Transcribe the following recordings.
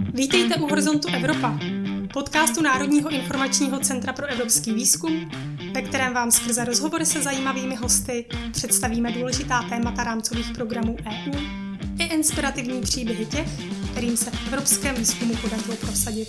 Vítejte u Horizontu Evropa, podcastu Národního informačního centra pro evropský výzkum, ve kterém vám skrze rozhovory se zajímavými hosty představíme důležitá témata rámcových programů EU i inspirativní příběhy těch, kterým se v evropském výzkumu podařilo prosadit.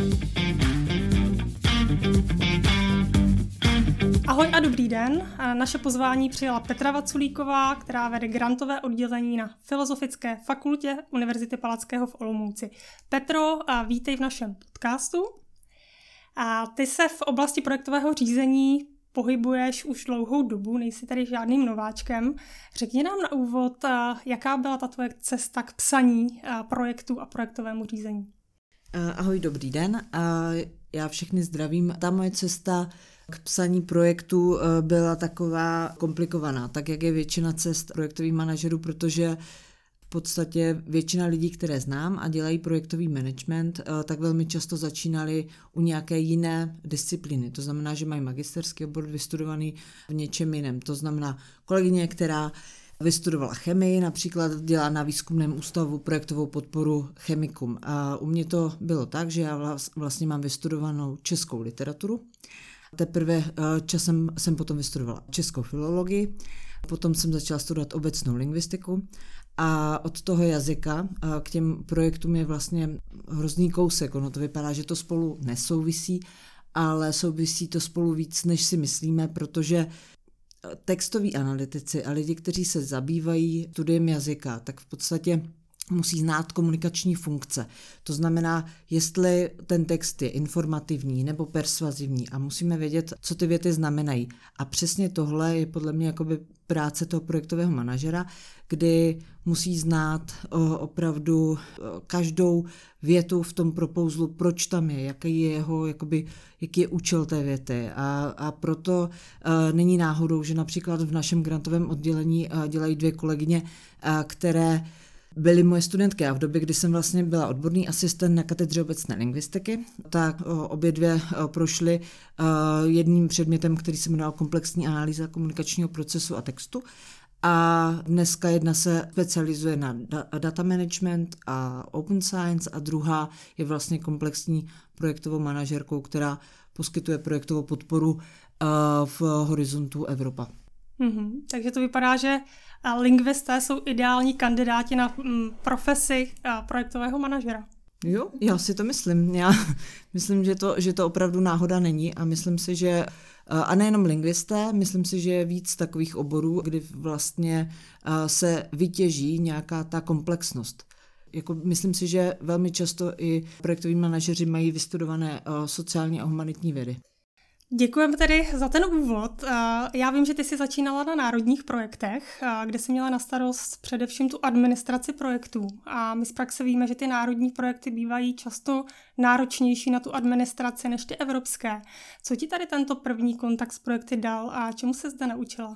Ahoj a dobrý den. Naše pozvání přijala Petra Vaculíková, která vede grantové oddělení na Filozofické fakultě Univerzity Palackého v Olomouci. Petro, vítej v našem podcastu. Ty se v oblasti projektového řízení pohybuješ už dlouhou dobu, nejsi tady žádným nováčkem. Řekni nám na úvod, jaká byla ta tvoje cesta k psaní projektů a projektovému řízení. Ahoj, dobrý den. Já všechny zdravím. Ta moje cesta k psaní projektu byla taková komplikovaná, tak jak je většina cest projektových manažerů, protože v podstatě většina lidí, které znám a dělají projektový management, tak velmi často začínali u nějaké jiné disciplíny. To znamená, že mají magisterský obor vystudovaný v něčem jiném. To znamená kolegyně, která vystudovala chemii, například dělá na výzkumném ústavu projektovou podporu chemikům. A u mě to bylo tak, že já vlastně mám vystudovanou českou literaturu. Teprve časem jsem potom vystudovala českou filologii, potom jsem začala studovat obecnou lingvistiku a od toho jazyka k těm projektům je vlastně hrozný kousek. Ono to vypadá, že to spolu nesouvisí, ale souvisí to spolu víc, než si myslíme, protože textoví analytici a lidi, kteří se zabývají studiem jazyka, tak v podstatě musí znát komunikační funkce. To znamená, jestli ten text je informativní nebo persvazivní a musíme vědět, co ty věty znamenají. A přesně tohle je podle mě jakoby práce toho projektového manažera, kdy musí znát opravdu každou větu v tom propouzlu, proč tam je, jaký je jeho, jaký je účel té věty. A proto není náhodou, že například v našem grantovém oddělení dělají dvě kolegyně, které byly moje studentky a v době, kdy jsem vlastně byla odborný asistent na katedře obecné lingvistiky, tak obě dvě prošly jedním předmětem, který se jmenoval komplexní analýza komunikačního procesu a textu. A dneska jedna se specializuje na data management a open science a druhá je vlastně komplexní projektovou manažerkou, která poskytuje projektovou podporu v Horizontu Evropa. Takže to vypadá, že lingvisté jsou ideální kandidáti na profesi projektového manažera. Jo, já si to myslím. Já myslím, že to opravdu náhoda není a myslím si, že a nejenom lingvisté, myslím si, že je víc takových oborů, kdy vlastně se vytěží nějaká ta komplexnost. Myslím si, že velmi často i projektoví manažeři mají vystudované sociálně a humanitní vědy. Děkujeme tedy za ten úvod. Já vím, že ty jsi začínala na národních projektech, kde jsi měla na starost především tu administraci projektů. A my z praxe víme, že ty národní projekty bývají často náročnější na tu administraci než ty evropské. Co ti tady tento první kontakt s projekty dal a čemu se zde naučila?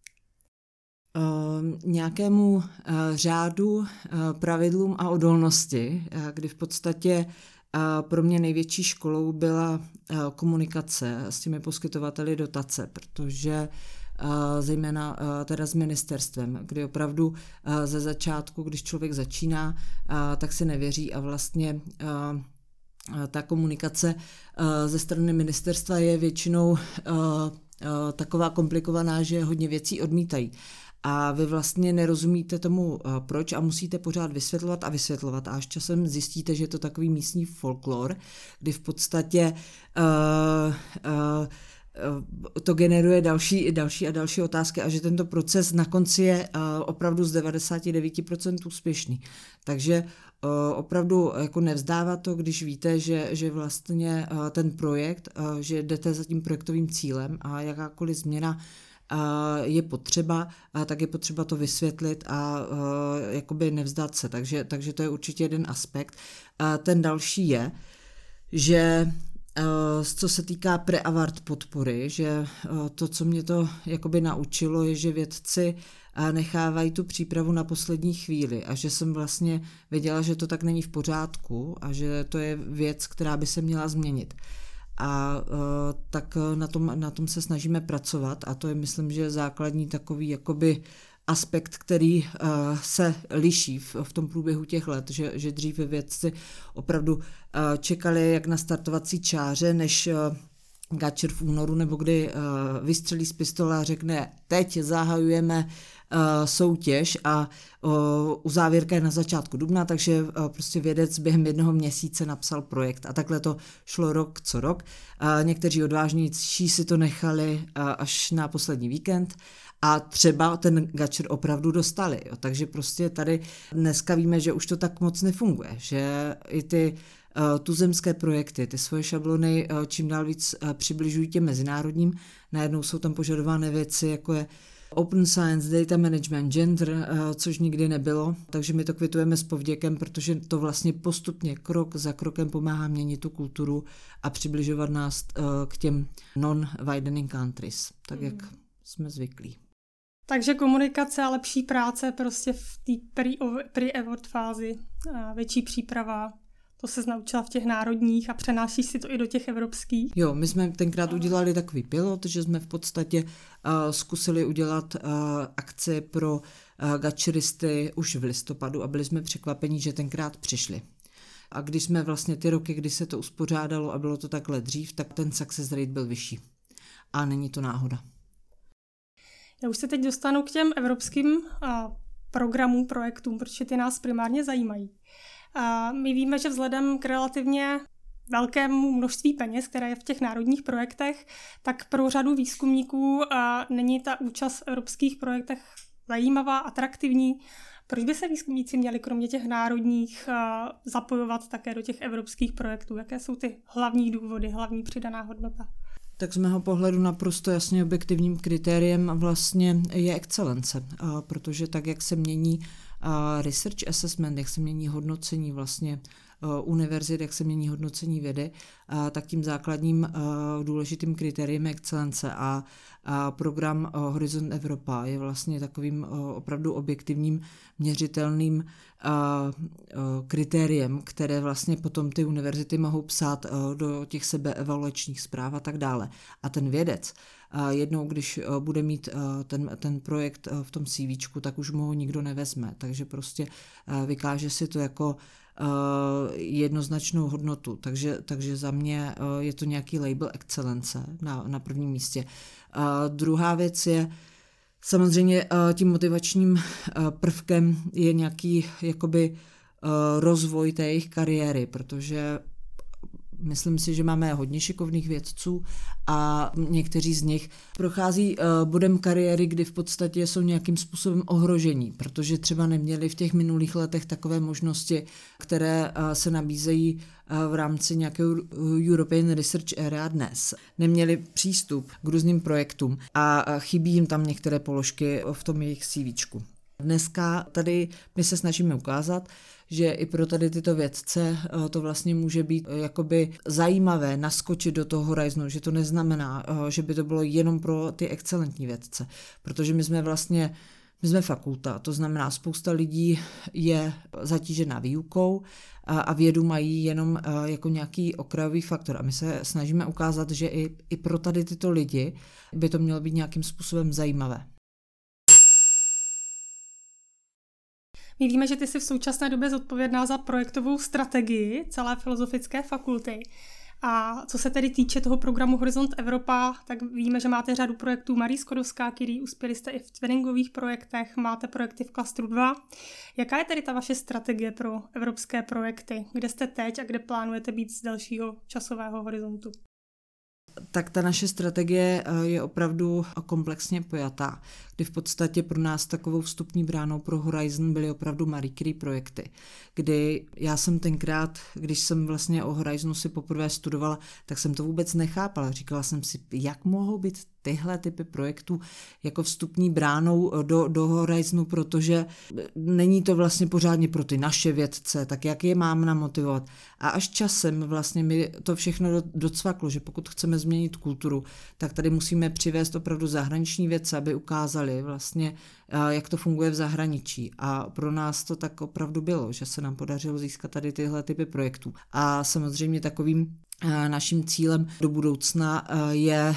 Nějakému řádu, pravidlům a odolnosti, kdy v podstatě pro mě největší školou byla komunikace s těmi poskytovateli dotace, protože zejména teda s ministerstvem, kdy opravdu ze začátku, když člověk začíná, tak si nevěří a vlastně ta komunikace ze strany ministerstva je většinou taková komplikovaná, že hodně věcí odmítají. A vy vlastně nerozumíte tomu, proč a musíte pořád vysvětlovat a až časem zjistíte, že je to takový místní folklor, kdy v podstatě to generuje další otázky a že tento proces na konci je opravdu z 99% úspěšný. Takže opravdu jako nevzdává to, když víte, že vlastně ten projekt, že jdete za tím projektovým cílem a jakákoliv změna je potřeba, tak je potřeba to vysvětlit a jakoby nevzdat se. Takže to je určitě jeden aspekt. Ten další je, že co se týká pre-award podpory, že to, co mě to jakoby naučilo, je, že vědci nechávají tu přípravu na poslední chvíli a že jsem vlastně věděla, že to tak není v pořádku a že to je věc, která by se měla změnit. A tak na tom se snažíme pracovat a to je, myslím, že základní takový jakoby aspekt, který se liší v tom průběhu těch let, že dříve vědci opravdu čekali jak na startovací čáře, než Gatcher v únoru, nebo kdy vystřelí z pistole a řekne, teď zahajujeme soutěž a uzávěrka je na začátku dubna, takže prostě vědec během 1 měsíce napsal projekt a takhle to šlo rok co rok. Někteří odvážnější si to nechali až na poslední víkend a třeba ten Gatcher opravdu dostali. Jo. Takže prostě tady dneska víme, že už to tak moc nefunguje, že i ty tuzemské projekty, ty svoje šablony čím dál víc přibližují těm mezinárodním. Najednou jsou tam požadovány věci, jako je Open Science, Data Management, Gender, což nikdy nebylo, takže my to kvitujeme s povděkem, protože to vlastně postupně krok za krokem pomáhá měnit tu kulturu a přibližovat nás k těm non-widening countries, tak jak jsme zvyklí. Takže komunikace a lepší práce prostě v té pre-award fázi, větší příprava. To se naučila v těch národních a přenášíš si to i do těch evropských. Jo, my jsme tenkrát udělali takový pilot, že jsme v podstatě zkusili udělat akci pro gatcheristy už v listopadu a byli jsme překvapení, že tenkrát přišli. A když jsme vlastně ty roky, kdy se to uspořádalo a bylo to takhle dřív, tak ten success rate byl vyšší. A není to náhoda. Já už se teď dostanu k těm evropským programům, projektům, protože ty nás primárně zajímají. My víme, že vzhledem k relativně velkému množství peněz, které je v těch národních projektech, tak pro řadu výzkumníků není ta účast v evropských projektech zajímavá, atraktivní. Proč by se výzkumníci měli kromě těch národních zapojovat také do těch evropských projektů? Jaké jsou ty hlavní důvody, hlavní přidaná hodnota? Tak z mého pohledu naprosto jasně objektivním kritériem vlastně je excelence, protože tak, jak se mění research assessment, jak se mění hodnocení vlastně univerzit, jak se mění hodnocení vědy, tak tím základním důležitým kritériem je excelence a program Horizont Evropa je vlastně takovým opravdu objektivním, měřitelným kritériem, které vlastně potom ty univerzity mohou psát do těch sebeevaluačních zpráv a tak dále. A ten vědec jednou, když bude mít ten projekt v tom CVčku, tak už mu ho nikdo nevezme. Takže prostě vykáže si to jako jednoznačnou hodnotu. Takže za mě je to nějaký label excelence na prvním místě. Druhá věc je, samozřejmě tím motivačním prvkem je nějaký jakoby rozvoj té jejich kariéry, protože myslím si, že máme hodně šikovných vědců a někteří z nich prochází bodem kariéry, kdy v podstatě jsou nějakým způsobem ohrožení, protože třeba neměli v těch minulých letech takové možnosti, které se nabízejí v rámci nějakého European Research Area dnes. Neměli přístup k různým projektům a chybí jim tam některé položky v tom jejich CVčku. Dneska tady my se snažíme ukázat, že i pro tady tyto vědce to vlastně může být jakoby zajímavé naskočit do toho Horizonu, že to neznamená, že by to bylo jenom pro ty excelentní vědce, protože my jsme fakulta, to znamená spousta lidí je zatížená výukou a vědu mají jenom jako nějaký okrajový faktor a my se snažíme ukázat, že i pro tady tyto lidi by to mělo být nějakým způsobem zajímavé. My víme, že ty jsi v současné době zodpovědná za projektovou strategii celé filozofické fakulty. A co se tedy týče toho programu Horizont Evropa, tak víme, že máte řadu projektů Marie Skłodowska-Curie, uspěli jste i v twinningových projektech, máte projekty v klastru 2. Jaká je tedy ta vaše strategie pro evropské projekty? Kde jste teď a kde plánujete být z delšího časového horizontu? Tak ta naše strategie je opravdu komplexně pojatá, kdy v podstatě pro nás takovou vstupní bránou pro Horizon byly opravdu Marie Curie projekty, kdy já jsem tenkrát, když jsem vlastně o Horizonu si poprvé studovala, tak jsem to vůbec nechápala. Říkala jsem si, jak mohou být tyhle typy projektů jako vstupní bránou do Horizonu, protože není to vlastně pořádně pro ty naše vědce, tak jak je mám namotivovat. A až časem vlastně mi to všechno docvaklo, že pokud chceme změnit kulturu, tak tady musíme přivést opravdu zahraniční vědce, aby ukázali vlastně, jak to funguje v zahraničí. A pro nás to tak opravdu bylo, že se nám podařilo získat tady tyhle typy projektů. A samozřejmě takovým Naším cílem do budoucna je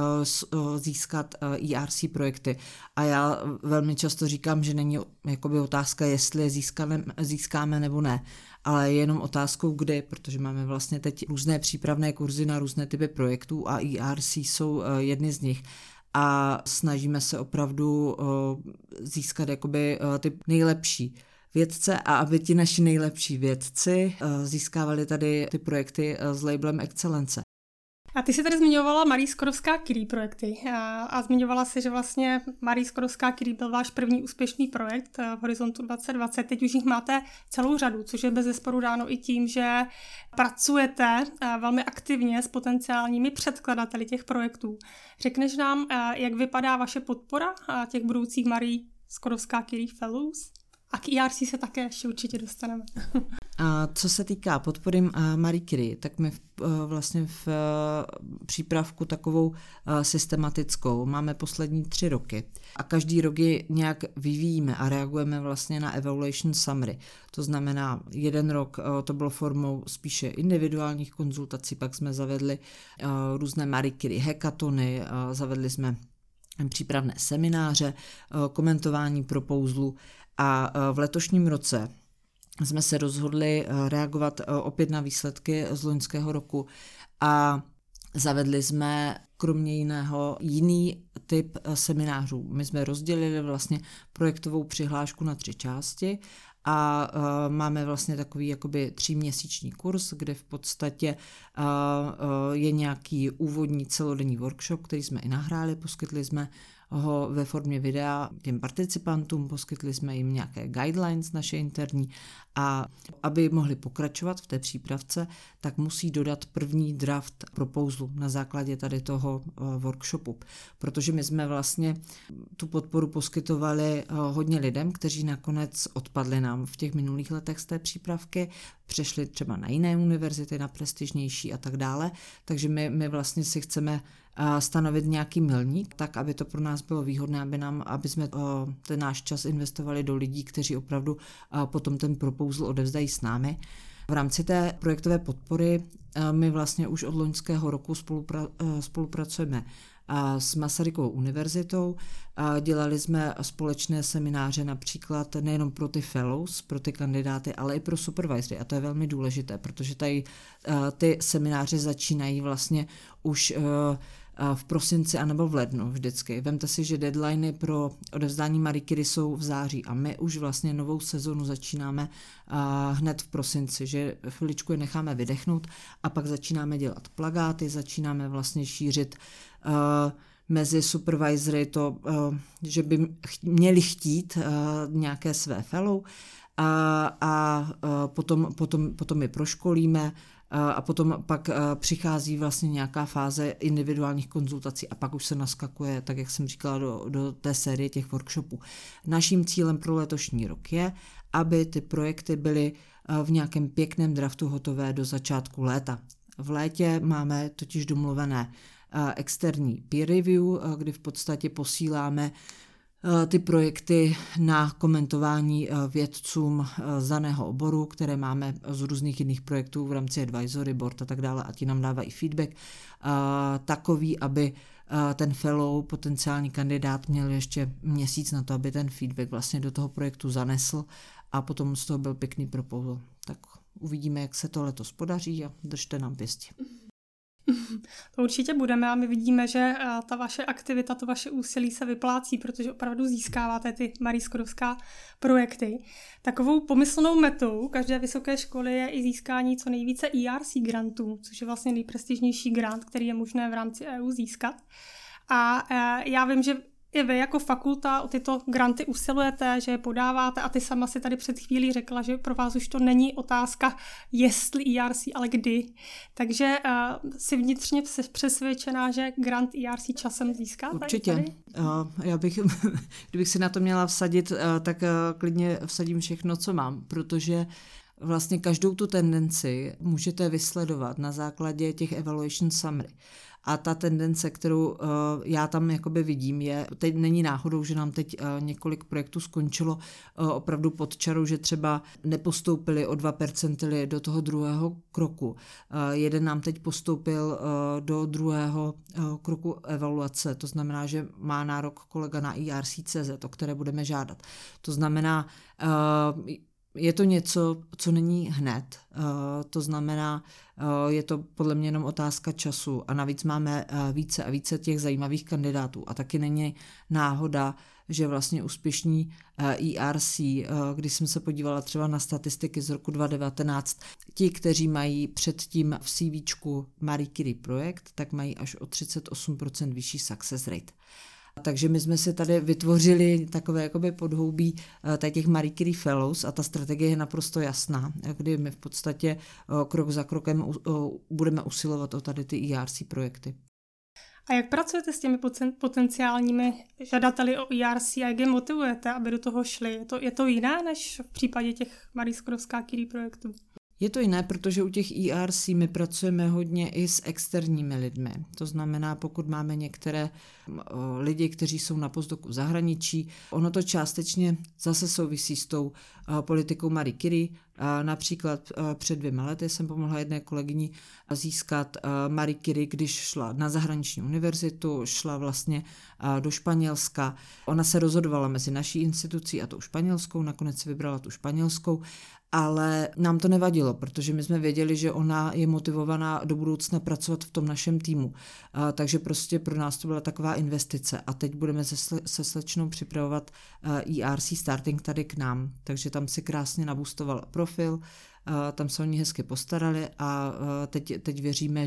získat ERC projekty. A já velmi často říkám, že není jakoby otázka, jestli je získáme nebo ne, ale je jenom otázkou kdy, protože máme vlastně teď různé přípravné kurzy na různé typy projektů a ERC jsou jedny z nich. A snažíme se opravdu získat jakoby ty nejlepší vědce a aby ti naši nejlepší vědci získávali tady ty projekty s labelem excelence. A ty jsi tady zmiňovala Marie Skłodowská-Curie projekty a zmiňovala si, že vlastně Marie Skłodowská-Curie byl váš první úspěšný projekt v Horizontu 2020. Teď už jich máte celou řadu, což je bezesporu dáno i tím, že pracujete velmi aktivně s potenciálními předkladateli těch projektů. Řekneš nám, jak vypadá vaše podpora těch budoucích Marie Skłodowská-Curie Fellows? A k ERC se také ještě určitě dostaneme. A co se týká podpory Marie Curie, tak my vlastně v přípravku takovou systematickou máme poslední 3 roky. A každý rok ji nějak vyvíjíme a reagujeme vlastně na evaluation summary. To znamená, jeden rok to bylo formou spíše individuálních konzultací, pak jsme zavedli různé Marie Curie hackathony, zavedli jsme přípravné semináře, komentování proposalů. A v letošním roce jsme se rozhodli reagovat opět na výsledky z loňského roku a zavedli jsme kromě jiného jiný typ seminářů. My jsme rozdělili vlastně projektovou přihlášku na 3 části a máme vlastně takový jakoby 3měsíční kurz, kde v podstatě je nějaký úvodní celodenní workshop, který jsme i nahráli, poskytli jsme ho ve formě videa těm participantům, poskytli jsme jim nějaké guidelines naše interní a aby mohli pokračovat v té přípravce, tak musí dodat první draft proposalu na základě tady toho workshopu. Protože my jsme vlastně tu podporu poskytovali hodně lidem, kteří nakonec odpadli nám v těch minulých letech z té přípravky, přešli třeba na jiné univerzity, na prestižnější a tak dále, takže my vlastně si chceme stanovit nějaký milník, tak aby to pro nás bylo výhodné, aby jsme ten náš čas investovali do lidí, kteří opravdu potom ten proposal odevzdají s námi. V rámci té projektové podpory my vlastně už od loňského roku spolupracujeme s Masarykovou univerzitou. Dělali jsme společné semináře například nejenom pro ty fellows, pro ty kandidáty, ale i pro supervisory. A to je velmi důležité, protože tady ty semináře začínají vlastně už v prosinci anebo v lednu vždycky. Vemte si, že deadliny pro odevzdání Marie Curie jsou v září a my už vlastně novou sezonu začínáme hned v prosinci, že chviličku je necháme vydechnout a pak začínáme dělat plakáty, začínáme vlastně šířit mezi supervisory to, že by měli chtít nějaké své fellow a potom je proškolíme a potom pak přichází vlastně nějaká fáze individuálních konzultací a pak už se naskakuje, tak jak jsem říkala, do té série těch workshopů. Naším cílem pro letošní rok je, aby ty projekty byly v nějakém pěkném draftu hotové do začátku léta. V létě máme totiž domluvené externí peer review, kdy v podstatě posíláme ty projekty na komentování vědcům z daného oboru, které máme z různých jiných projektů v rámci advisory board a tak dále a ti nám dávají feedback takový, aby ten fellow, potenciální kandidát měl ještě měsíc na to, aby ten feedback vlastně do toho projektu zanesl a potom z toho byl pěkný proposal. Tak uvidíme, jak se to letos podaří a držte nám pěsti. To určitě budeme a my vidíme, že ta vaše aktivita, to vaše úsilí se vyplácí, protože opravdu získáváte ty Marie Skłodowská projekty. Takovou pomyslnou metou každé vysoké školy je i získání co nejvíce ERC grantů, což je vlastně nejprestižnější grant, který je možné v rámci EU získat. A já vím, že i vy jako fakulta o tyto granty usilujete, že je podáváte a ty sama si tady před chvílí řekla, že pro vás už to není otázka jestli ERC, ale kdy. Takže si vnitřně přesvědčená, že grant ERC časem získáte? Určitě. Kdybych si na to měla vsadit, tak klidně vsadím všechno, co mám, protože vlastně každou tu tendenci můžete vysledovat na základě těch evaluation summary. A ta tendence, kterou já tam jakoby vidím, je, teď není náhodou, že nám teď několik projektů skončilo opravdu pod čarou, že třeba nepostoupili o 2% do toho druhého kroku. Jeden nám teď postoupil do druhého kroku evaluace, to znamená, že má nárok kolega na ERC.cz, o které budeme žádat. To znamená, je to něco, co není hned, to znamená, je to podle mě jenom otázka času a navíc máme více a více těch zajímavých kandidátů a taky není náhoda, že vlastně úspěšní ERC, když jsem se podívala třeba na statistiky z roku 2019, ti, kteří mají předtím v CVčku Marie Curie projekt, tak mají až o 38% vyšší success rate. Takže my jsme si tady vytvořili takové jakoby podhoubí těch Marie Curie Fellows a ta strategie je naprosto jasná, kdy my v podstatě krok za krokem budeme usilovat o tady ty ERC projekty. A jak pracujete s těmi potenciálními žadateli o ERC a jak je motivujete, aby do toho šli? Je to jiné než v případě těch Marie Skłodowska-Curie projektů? Je to jiné, protože u těch ERC my pracujeme hodně i s externími lidmi. To znamená, pokud máme některé lidi, kteří jsou na postdoku v zahraničí, ono to částečně zase souvisí s tou politikou Marie Curie. Například před 2 lety jsem pomohla jedné kolegyni získat Marie Curie, když šla na zahraniční univerzitu, šla vlastně do Španělska. Ona se rozhodovala mezi naší institucí a tou španělskou, nakonec si vybrala tu španělskou, ale nám to nevadilo, protože my jsme věděli, že ona je motivovaná do budoucna pracovat v tom našem týmu. Takže prostě pro nás to byla taková investice a teď budeme se slečnou připravovat ERC starting tady k nám. Takže tam si krásně naboostoval profil, tam se o ní hezky postarali a teď věříme,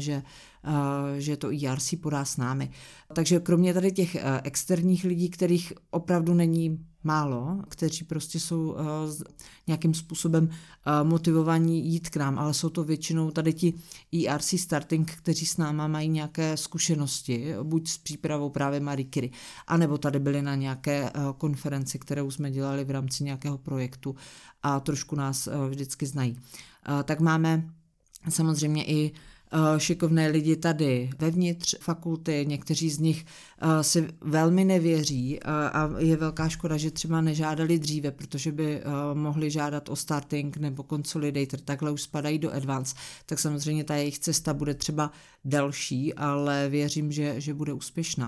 že to ERC podá s námi. Takže kromě tady těch externích lidí, kterých opravdu není málo, kteří prostě jsou nějakým způsobem motivovaní jít k nám, ale jsou to většinou tady ti ERC starting, kteří s náma mají nějaké zkušenosti, buď s přípravou právě Marie Curie, anebo tady byli na nějaké konferenci, kterou jsme dělali v rámci nějakého projektu a trošku nás vždycky znají. Tak máme samozřejmě i šikovné lidi tady vevnitř fakulty, někteří z nich si velmi nevěří a je velká škoda, že třeba nežádali dříve, protože by mohli žádat o starting nebo consolidator, takhle už spadají do advance, tak samozřejmě ta jejich cesta bude třeba delší, ale věřím, že bude úspěšná.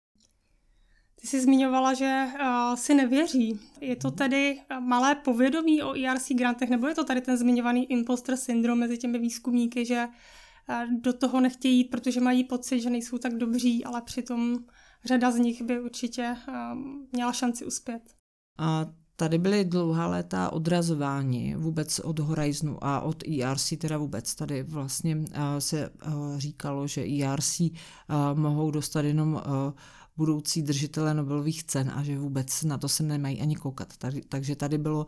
Ty jsi zmiňovala, že si nevěří. Je to tedy malé povědomí o ERC grantech, nebo je to tady ten zmiňovaný imposter syndrom mezi těmi výzkumníky, že do toho nechtějí jít, protože mají pocit, že nejsou tak dobří, ale přitom řada z nich by určitě měla šanci uspět. A tady byly dlouhá léta odrazování vůbec od Horizonu a od ERC teda vůbec. Tady vlastně se říkalo, že ERC mohou dostat jenom budoucí držitelé Nobelových cen a že vůbec na to se nemají ani koukat. Takže tady bylo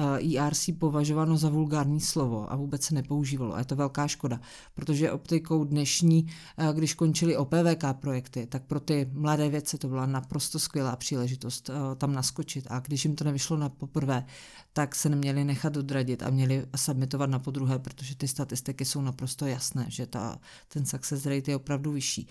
ERC považováno za vulgární slovo a vůbec se nepoužívalo. A je to velká škoda, protože optikou dnešní, když končily OPVK projekty, tak pro ty mladé vědce to byla naprosto skvělá příležitost tam naskočit. A když jim to nevyšlo na poprvé, tak se neměli nechat odradit a měli submitovat na podruhé, protože ty statistiky jsou naprosto jasné, že ten success rate je opravdu vyšší.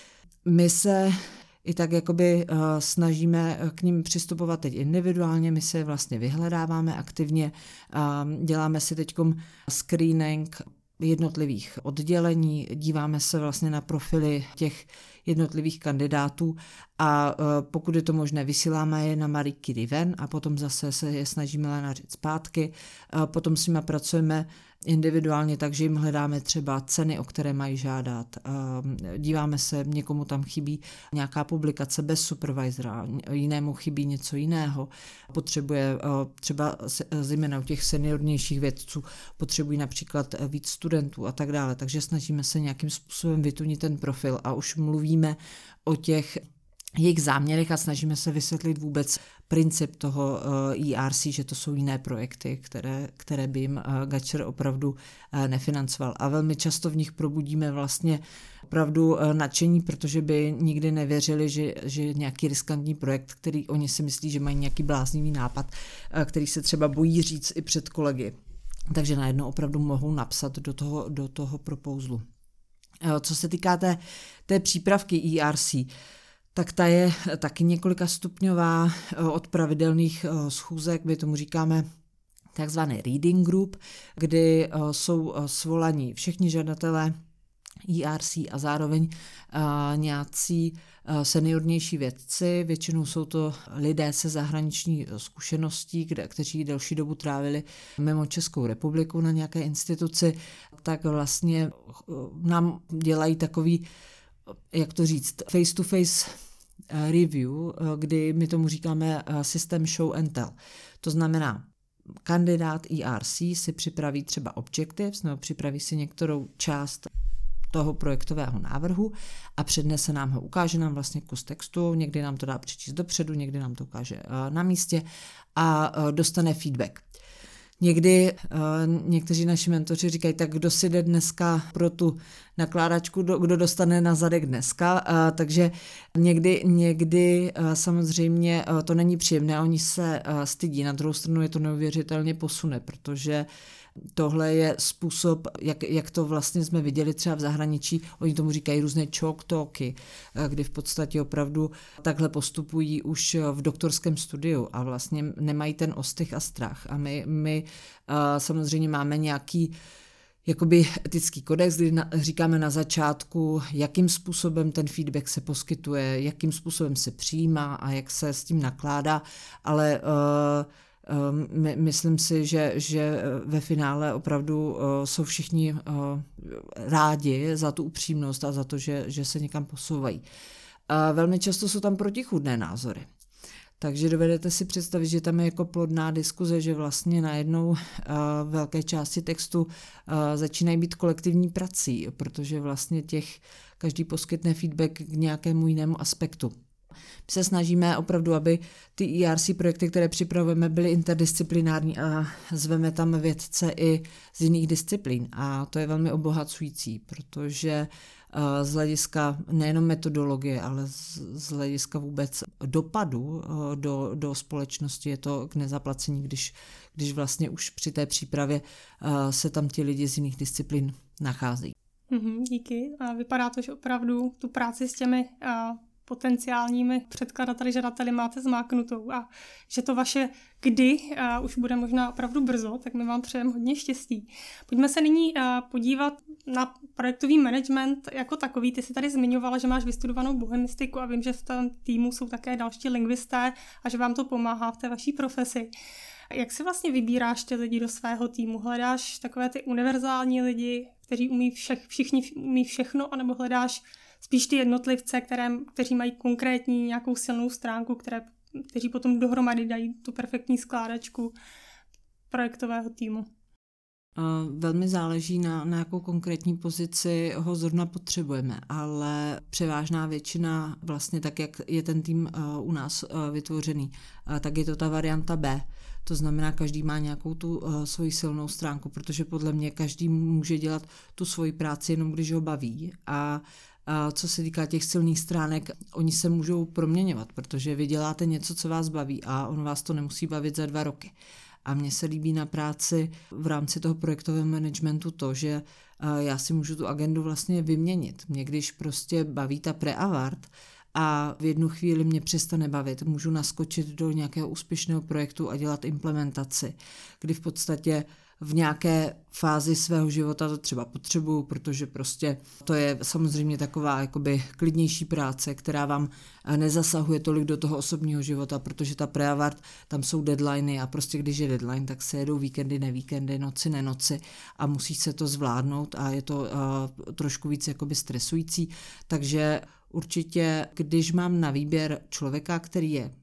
My se i tak jakoby snažíme k nim přistupovat teď individuálně, my se vlastně vyhledáváme aktivně, děláme si teďkom screening jednotlivých oddělení, díváme se vlastně na profily těch jednotlivých kandidátů a pokud je to možné, vysíláme je na Marie Curie ven a potom zase se je snažíme lénařit zpátky, potom s nimi pracujeme individuálně, takže jim hledáme třeba ceny, o které mají žádat. Díváme se, někomu tam chybí nějaká publikace bez supervisora, jinému chybí něco jiného. Potřebuje třeba zejména u těch seniornějších vědců, potřebují například víc studentů a tak dále. Takže snažíme se nějakým způsobem vytunit ten profil a už mluvíme o těch jejich záměrech a snažíme se vysvětlit vůbec princip toho ERC, že to jsou jiné projekty, které by jim Gatcher opravdu nefinancoval. A velmi často v nich probudíme vlastně opravdu nadšení, protože by nikdy nevěřili, že nějaký riskantní projekt, který oni si myslí, že mají nějaký bláznivý nápad, který se třeba bojí říct i před kolegy, takže najednou opravdu mohou napsat do toho proposalu. Co se týká té přípravky ERC, tak ta je taky několika stupňová od pravidelných schůzek, my tomu říkáme takzvaný reading group, kdy jsou svolaní všichni žadatelé ERC a zároveň nějací seniornější vědci, většinou jsou to lidé se zahraniční zkušeností, kteří delší dobu trávili mimo Českou republiku na nějaké instituci, tak vlastně nám dělají takový, jak to říct, face-to-face review, kdy my tomu říkáme system show and tell. To znamená, kandidát ERC si připraví třeba objectives nebo připraví si některou část toho projektového návrhu a přednese nám ho, ukáže nám vlastně kus textu, někdy nám to dá přečíst dopředu, někdy nám to ukáže na místě a dostane feedback. Někdy někteří naši mentoři říkají, tak kdo si jde dneska pro tu nakládačku, kdo dostane na zadek dneska, takže někdy samozřejmě to není příjemné, oni se stydí, na druhou stranu je to neuvěřitelně posune, protože tohle je způsob, jak to vlastně jsme viděli třeba v zahraničí, oni tomu říkají různé chalk talky, kdy v podstatě opravdu takhle postupují už v doktorském studiu a vlastně nemají ten ostych a strach. A my samozřejmě máme nějaký jakoby etický kodex, kdy říkáme na začátku, jakým způsobem ten feedback se poskytuje, jakým způsobem se přijímá a jak se s tím nakládá, ale myslím si, že ve finále opravdu jsou všichni rádi za tu upřímnost a za to, že se někam posouvají. Velmi často jsou tam protichůdné názory. Takže dovedete si představit, že tam je jako plodná diskuze, že vlastně najednou velké části textu začínají být kolektivní prací, protože vlastně každý poskytne feedback k nějakému jinému aspektu. My se snažíme opravdu, aby ty ERC projekty, které připravujeme, byly interdisciplinární a zveme tam vědce i z jiných disciplín. A to je velmi obohacující, protože z hlediska nejenom metodologie, ale z hlediska vůbec dopadu do společnosti je to k nezaplacení, když vlastně už při té přípravě se tam ti lidi z jiných disciplín nacházejí. Díky. A vypadá to, že opravdu tu práci s těmi potenciálními předkladateli, žadateli máte zmáknutou a že to vaše kdy už bude možná opravdu brzo, tak my vám přejeme hodně štěstí. Pojďme se nyní podívat na projektový management jako takový. Ty jsi tady zmiňovala, že máš vystudovanou bohemistiku a vím, že v tom týmu jsou také další lingvisté a že vám to pomáhá v té vaší profesi. Jak si vlastně vybíráš ty lidi do svého týmu? Hledáš takové ty univerzální lidi, kteří všichni umí všechno, anebo hledáš spíš ty jednotlivce, kteří mají konkrétní nějakou silnou stránku, kteří potom dohromady dají tu perfektní skládačku projektového týmu? Velmi záleží na jakou konkrétní pozici ho zrovna potřebujeme, ale převážná většina vlastně tak, jak je ten tým u nás vytvořený, tak je to ta varianta B. To znamená, každý má nějakou tu svoji silnou stránku, protože podle mě každý může dělat tu svoji práci jenom když ho baví a co se týká těch silných stránek, oni se můžou proměňovat, protože vy děláte něco, co vás baví a on vás to nemusí bavit za 2 roky. A mně se líbí na práci v rámci toho projektového managementu to, že já si můžu tu agendu vlastně vyměnit. Mě když prostě baví ta pre-award a v jednu chvíli mě přestane bavit, můžu naskočit do nějakého úspěšného projektu a dělat implementaci, kdy v podstatě v nějaké fázi svého života to třeba potřebuju, protože prostě to je samozřejmě taková jakoby klidnější práce, která vám nezasahuje tolik do toho osobního života, protože ta pre-award, tam jsou deadliny a prostě když je deadline, tak se jedou víkendy, nevíkendy, noci, nenoci a musí se to zvládnout a je to trošku víc jakoby stresující, takže určitě, když mám na výběr člověka, který je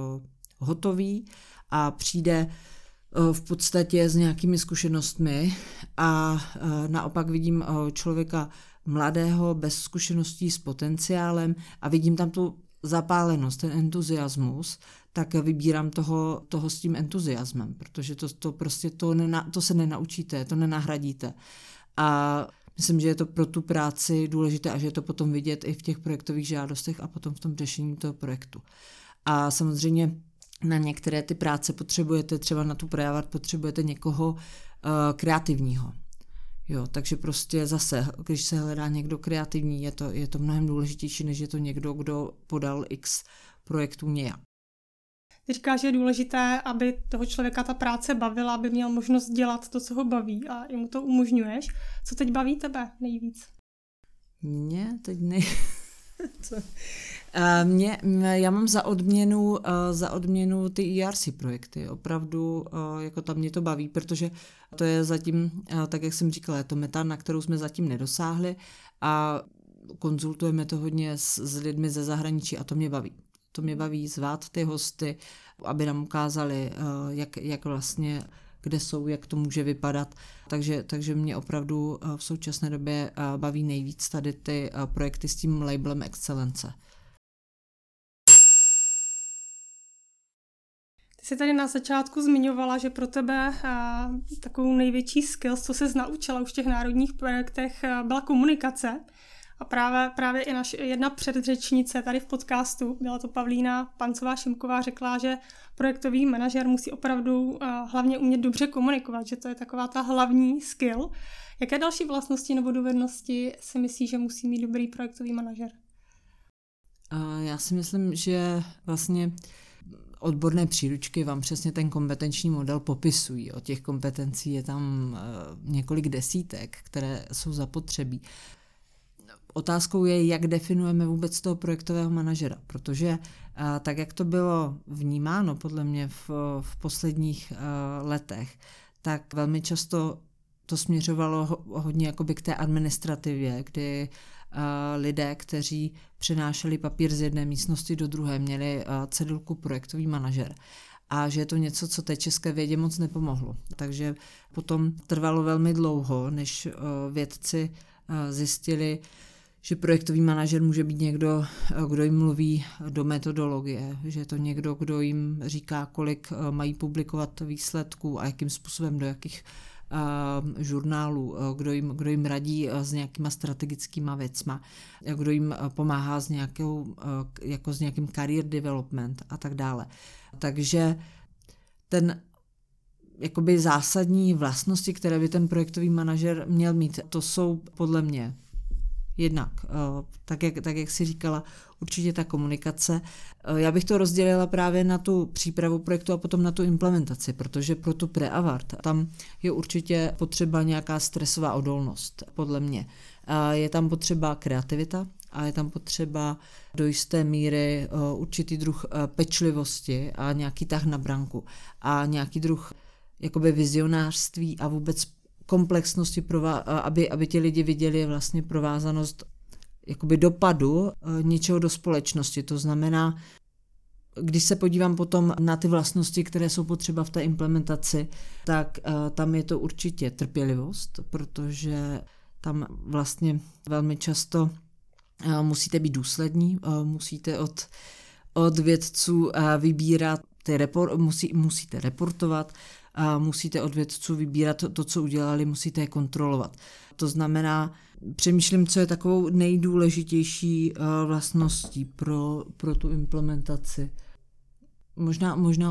hotový a přijde v podstatě s nějakými zkušenostmi a naopak vidím člověka mladého, bez zkušeností, s potenciálem a vidím tam tu zapálenost, ten entuziasmus, tak vybírám toho s tím entuziasmem, protože to prostě to se nenaučíte, to nenahradíte. A myslím, že je to pro tu práci důležité a že je to potom vidět i v těch projektových žádostech a potom v tom řešení toho projektu. A samozřejmě na některé ty práce potřebujete, třeba na tu pre-award potřebujete někoho, kreativního. Jo, takže prostě zase, když se hledá někdo kreativní, je to mnohem důležitější, než je to někdo, kdo podal x projektů nějak. Ty říkáš, že je důležité, aby toho člověka ta práce bavila, aby měl možnost dělat to, co ho baví a jemu to umožňuješ. Co teď baví tebe nejvíc? Mě teď já mám za odměnu ty ERC projekty. Opravdu jako tam mě to baví, protože to je zatím, tak jak jsem říkala, je to meta, na kterou jsme zatím nedosáhli a konzultujeme to hodně s lidmi ze zahraničí a to mě baví. To mě baví zvát ty hosty, aby nám ukázali, jak vlastně, kde jsou, jak to může vypadat. Takže mě opravdu v současné době baví nejvíc tady ty projekty s tím labelem excelence. Ty jsi tady na začátku zmiňovala, že pro tebe takovou největší skills, co jsi naučila už v těch národních projektech, byla komunikace. A právě i naše jedna předřečnice tady v podcastu, byla to Pavlína Pancová-Šimková, řekla, že projektový manažer musí opravdu hlavně umět dobře komunikovat, že to je taková ta hlavní skill. Jaké další vlastnosti nebo dovednosti si myslíš, že musí mít dobrý projektový manažer? Já si myslím, že vlastně odborné příručky vám přesně ten kompetenční model popisují. Od těch kompetencí je tam několik desítek, které jsou zapotřebí. Otázkou je, jak definujeme vůbec toho projektového manažera, protože tak, jak to bylo vnímáno podle mě v posledních letech, tak velmi často to směřovalo hodně jakoby k té administrativě, kdy lidé, kteří přenášeli papír z jedné místnosti do druhé, měli cedulku projektový manažer. A že je to něco, co té české vědě moc nepomohlo. Takže potom trvalo velmi dlouho, než vědci zjistili, že projektový manažer může být někdo, kdo jim mluví do metodologie, že je to někdo, kdo jim říká, kolik mají publikovat výsledků a jakým způsobem, do jakých žurnálů, kdo jim radí s nějakýma strategickýma věcma, kdo jim pomáhá s nějakým career development a tak dále. Takže ten jakoby zásadní vlastnosti, které by ten projektový manažer měl mít, to jsou podle mě jednak, tak jak jsi říkala, určitě ta komunikace. Já bych to rozdělila právě na tu přípravu projektu a potom na tu implementaci, protože pro tu pre-avart tam je určitě potřeba nějaká stresová odolnost, podle mě. Je tam potřeba kreativita a je tam potřeba do jisté míry určitý druh pečlivosti a nějaký tah na branku a nějaký druh jakoby vizionářství a vůbec komplexnosti, aby ti lidi viděli vlastně provázanost jakoby dopadu něčeho do společnosti. To znamená, když se podívám potom na ty vlastnosti, které jsou potřeba v té implementaci, tak tam je to určitě trpělivost, protože tam vlastně velmi často musíte být důslední, musíte od vědců vybírat, musíte reportovat, musíte od vědců vybírat to, co udělali, musíte je kontrolovat. To znamená, přemýšlím, co je takovou nejdůležitější vlastností pro tu implementaci. Možná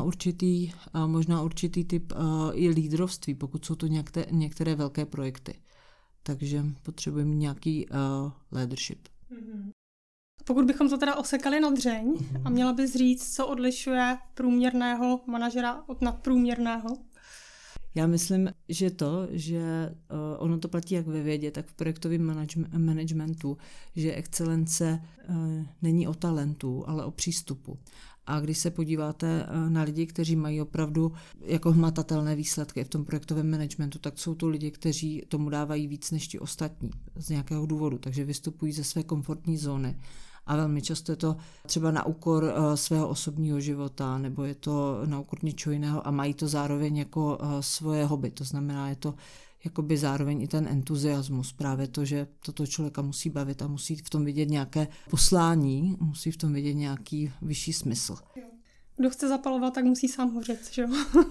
určitý typ i lídrovství, pokud jsou to některé velké projekty. Takže potřebujeme nějaký leadership. Pokud bychom to teda osekali na dřeň a měla bys říct, co odlišuje průměrného manažera od nadprůměrného? Já myslím, že ono to platí jak ve vědě, tak v projektovém managementu, že excelence není o talentu, ale o přístupu. A když se podíváte na lidi, kteří mají opravdu jako hmatatelné výsledky v tom projektovém managementu, tak jsou to lidi, kteří tomu dávají víc než ti ostatní z nějakého důvodu, takže vystupují ze své komfortní zóny. A velmi často je to třeba na úkor svého osobního života, nebo je to na úkor něčeho jiného a mají to zároveň jako svoje hobby. To znamená, je to jakoby zároveň i ten entuziasmus, právě to, že toto člověka musí bavit a musí v tom vidět nějaké poslání, musí v tom vidět nějaký vyšší smysl. Kdo chce zapalovat, tak musí sám hořet, že jo?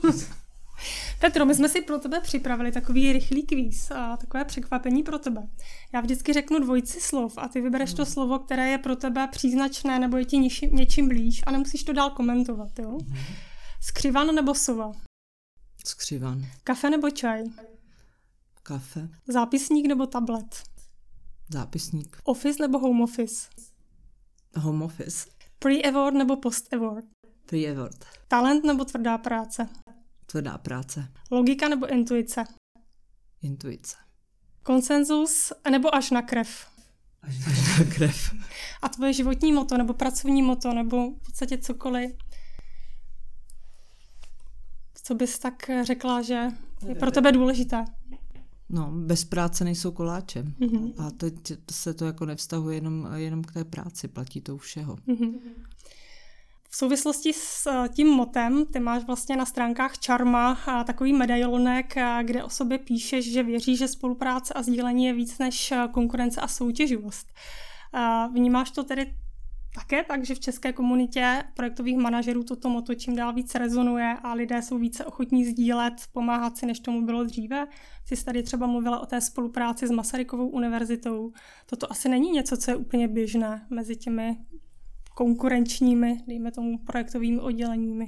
Petro, my jsme si pro tebe připravili takový rychlý kvíz a takové překvapení pro tebe. Já vždycky řeknu dvojici slov a ty vybereš to slovo, které je pro tebe příznačné nebo je ti něčím blíž a nemusíš to dál komentovat, jo? Skřivan nebo sova? Skřivan. Kafe nebo čaj? Kafe. Zápisník nebo tablet? Zápisník. Office nebo home office? Home office. Pre-award nebo post-award? Pre-award. Talent nebo tvrdá práce? Tvrdá práce. Logika nebo intuice? Intuice. Konsenzus nebo až na krev? Až na krev. A tvoje životní moto nebo pracovní moto nebo v podstatě cokoliv? Co bys tak řekla, že je pro tebe důležité? No, bez práce nejsou koláče. A teď se to jako nevztahuje jenom k té práci, platí to u všeho. V souvislosti s tím motem, ty máš vlastně na stránkách Charma takový medailonek, kde o sobě píšeš, že věříš, že spolupráce a sdílení je víc než konkurence a soutěživost. Vnímáš to tedy také tak, že v české komunitě projektových manažerů toto moto čím dál víc rezonuje a lidé jsou více ochotní sdílet, pomáhat si, než tomu bylo dříve? Jsi tady třeba mluvila o té spolupráci s Masarykovou univerzitou. Toto asi není něco, co je úplně běžné mezi těmi konkurenčními, dejme tomu, projektovými odděleními.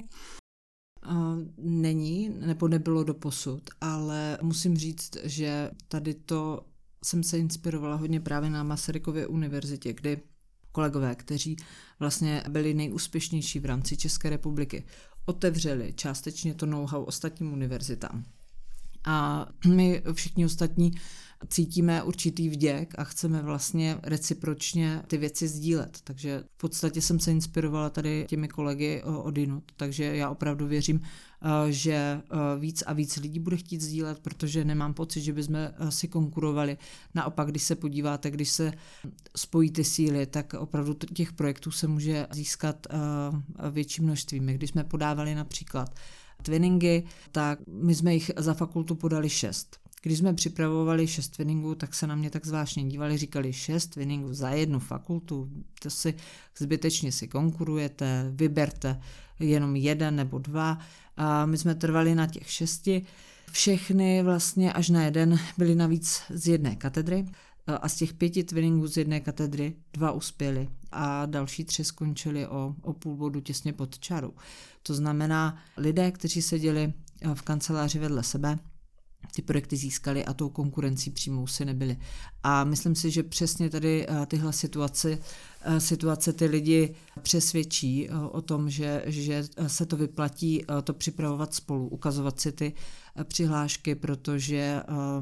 Není, nebo nebylo doposud, ale musím říct, že tady to jsem se inspirovala hodně právě na Masarykově univerzitě, kdy kolegové, kteří vlastně byli nejúspěšnější v rámci České republiky, otevřeli částečně to know-how ostatním univerzitám. A my všichni ostatní cítíme určitý vděk a chceme vlastně recipročně ty věci sdílet. Takže v podstatě jsem se inspirovala tady těmi kolegy odjinud. Takže já opravdu věřím, že víc a víc lidí bude chtít sdílet, protože nemám pocit, že bychom si konkurovali. Naopak, když se podíváte, když se spojí ty síly, tak opravdu těch projektů se může získat větší množství. My, když jsme podávali například twinningy, tak my jsme jich za fakultu podali 6. Když jsme připravovali 6 twinningů, tak se na mě tak zvláštně dívali, říkali 6 twinningů za jednu fakultu, to si zbytečně si konkurujete, vyberte jenom 1 nebo 2. A my jsme trvali na těch 6. Všechny vlastně až na jeden byly navíc z jedné katedry a z těch 5 twinningů z jedné katedry 2 uspěli a další 3 skončili o půl bodu těsně pod čarou. To znamená, lidé, kteří seděli v kanceláři vedle sebe, ty projekty získali a tou konkurencí přímou si nebyli. A myslím si, že přesně tady tyhle situace ty lidi přesvědčí o tom, že se to vyplatí to připravovat spolu, ukazovat si ty přihlášky, protože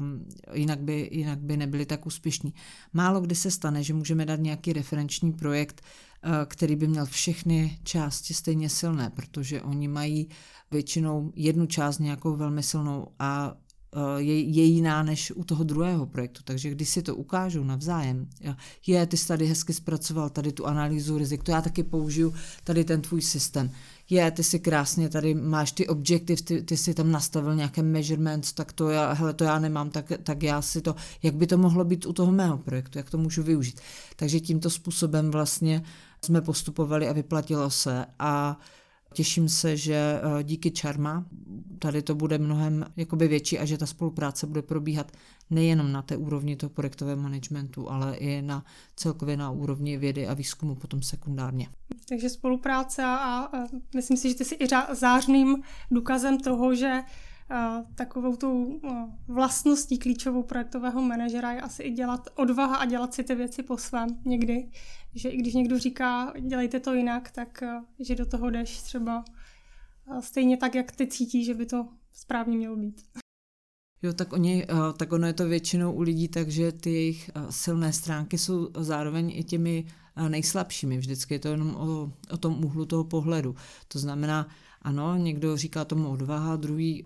jinak by nebyli tak úspěšní. Málo kdy se stane, že můžeme dát nějaký referenční projekt, který by měl všechny části stejně silné, protože oni mají většinou jednu část nějakou velmi silnou a je jiná než u toho druhého projektu. Takže když si to ukážou navzájem, ty jsi tady hezky zpracoval tady tu analýzu rizik, to já taky použiju, tady ten tvůj systém. Ty si krásně tady máš ty objective, ty si tam nastavil nějaké measurements, tak to já nemám, tak já si to, jak by to mohlo být u toho mého projektu, jak to můžu využít. Takže tímto způsobem vlastně jsme postupovali a vyplatilo se a těším se, že díky Charma tady to bude mnohem jakoby větší a že ta spolupráce bude probíhat nejenom na té úrovni toho projektového managementu, ale i celkově na úrovni vědy a výzkumu potom sekundárně. Takže spolupráce a myslím si, že ty jsi i zářným důkazem toho, že takovou tou vlastností klíčovou projektového manažera je asi i dělat odvaha a dělat si ty věci po svém někdy. Že i když někdo říká, dělejte to jinak, tak že do toho jdeš třeba stejně tak, jak ty cítíš, že by to správně mělo být. Jo, tak ono je to většinou u lidí, takže ty jejich silné stránky jsou zároveň i těmi nejslabšími. Vždycky je to jenom o tom úhlu toho pohledu. To znamená, ano, někdo říká tomu odvaha,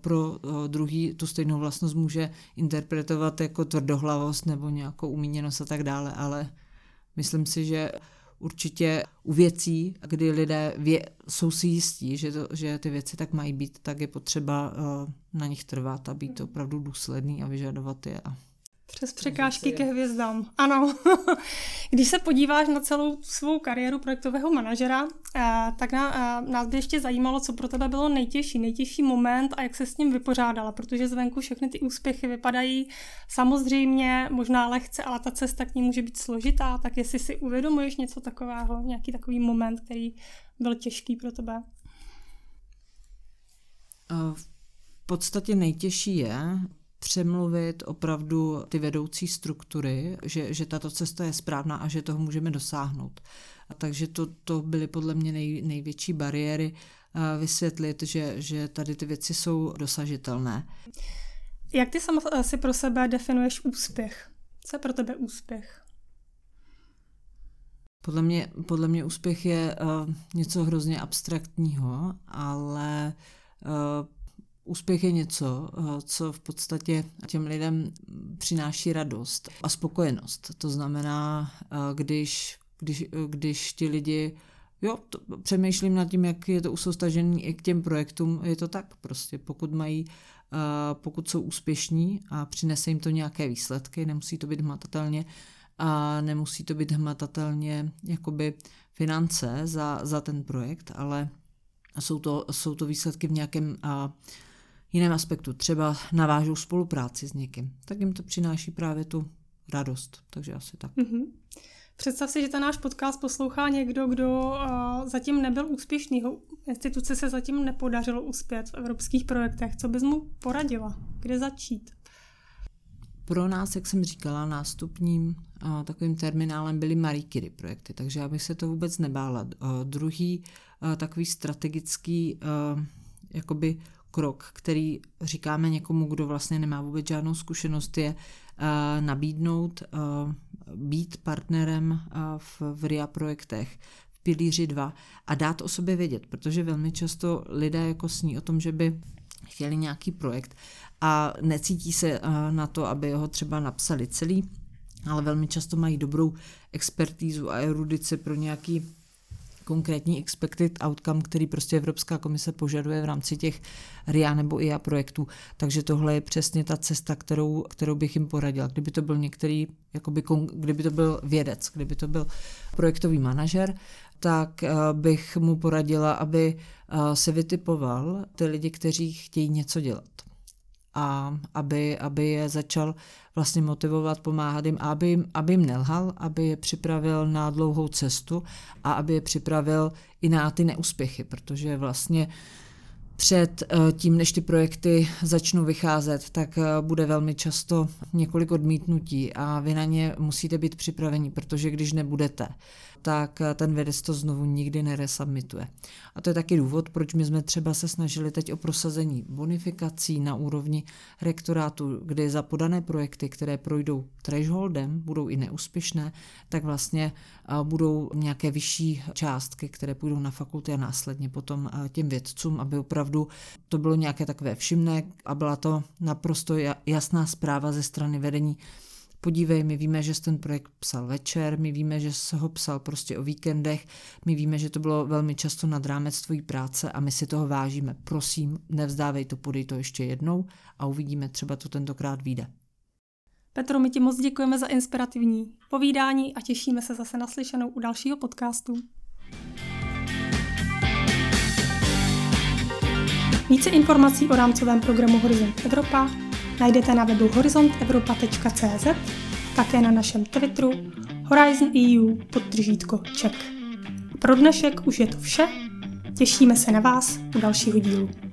druhý tu stejnou vlastnost může interpretovat jako tvrdohlavost nebo nějakou umíněnost a tak dále, ale myslím si, že určitě u věcí, kdy lidé jsou si jistí, že ty věci tak mají být, tak je potřeba na nich trvat a být opravdu důsledný a vyžadovat je. Přes překážky ke hvězdám. Ano. Když se podíváš na celou svou kariéru projektového manažera, tak nás by ještě zajímalo, co pro tebe bylo nejtěžší moment a jak se s ním vypořádala, protože zvenku všechny ty úspěchy vypadají samozřejmě možná lehce, ale ta cesta k ní může být složitá, tak jestli si uvědomuješ něco takového, nějaký takový moment, který byl těžký pro tebe? V podstatě nejtěžší je přemluvit opravdu ty vedoucí struktury, že tato cesta je správná a že toho můžeme dosáhnout. Takže to byly podle mě největší bariéry, vysvětlit, že tady ty věci jsou dosažitelné. Jak ty sama si pro sebe definuješ úspěch? Co je pro tebe úspěch? Podle mě úspěch je něco hrozně abstraktního, ale úspěch je něco, co v podstatě těm lidem přináší radost a spokojenost. To znamená, když ti lidi, přemýšlím nad tím, jak je to usoustažený i k těm projektům, je to tak prostě, pokud jsou úspěšní a přinese jim to nějaké výsledky, nemusí to být hmatatelně a nemusí to být hmatatelně jakoby finance za ten projekt, ale jsou to výsledky v nějakém jiném aspektu. Třeba navážou spolupráci s někým, tak jim to přináší právě tu radost, takže asi tak. Mm-hmm. Představ si, že ten náš podcast poslouchá někdo, kdo zatím nebyl úspěšný. Instituci se zatím nepodařilo uspět v evropských projektech. Co bys mu poradila? Kde začít? Pro nás, jak jsem říkala, nástupním takovým terminálem byly Marie Curie projekty, takže já bych se to vůbec nebála. Druhý takový strategický jakoby krok, který říkáme někomu, kdo vlastně nemá vůbec žádnou zkušenost, je nabídnout být partnerem v RIA projektech, v pilíři 2 a dát o sobě vědět, protože velmi často lidé jako sní o tom, že by chtěli nějaký projekt a necítí se na to, aby ho třeba napsali celý, ale velmi často mají dobrou expertízu a erudici pro nějaký konkrétní expected outcome, který prostě Evropská komise požaduje v rámci těch RIA nebo IA projektů. Takže tohle je přesně ta cesta, kterou bych jim poradila. Kdyby to byl kdyby to byl vědec, kdyby to byl projektový manažer, tak bych mu poradila, aby se vytipoval ty lidi, kteří chtějí něco dělat. A aby je začal vlastně motivovat, pomáhat jim, aby jim nelhal, aby je připravil na dlouhou cestu a aby je připravil i na ty neúspěchy, protože vlastně před tím, než ty projekty začnou vycházet, tak bude velmi často několik odmítnutí a vy na ně musíte být připraveni, protože když nebudete, tak ten vědec to znovu nikdy neresubmituje. A to je taky důvod, proč my jsme třeba se snažili teď o prosazení bonifikací na úrovni rektorátu, kdy za podané projekty, které projdou thresholdem, budou i neúspěšné, tak vlastně budou nějaké vyšší částky, které půjdou na fakulty a následně potom těm vědcům, aby opravdu to bylo nějaké takové všimné a byla to naprosto jasná zpráva ze strany vedení. Podívej, my víme, že jsi ten projekt psal večer, my víme, že jsi ho psal prostě o víkendech, my víme, že to bylo velmi často nad rámec tvojí práce a my si toho vážíme. Prosím, nevzdávej to, podej to ještě jednou a uvidíme, třeba to tentokrát vyjde. Petro, my ti moc děkujeme za inspirativní povídání a těšíme se zase naslyšenou u dalšího podcastu. Více informací o rámcovém programu Horizont Evropa najdete na webu horizontevropa.cz, také na našem Twitteru HorizonEU_Czech. Pro dnešek už je to vše, těšíme se na vás u dalšího dílu.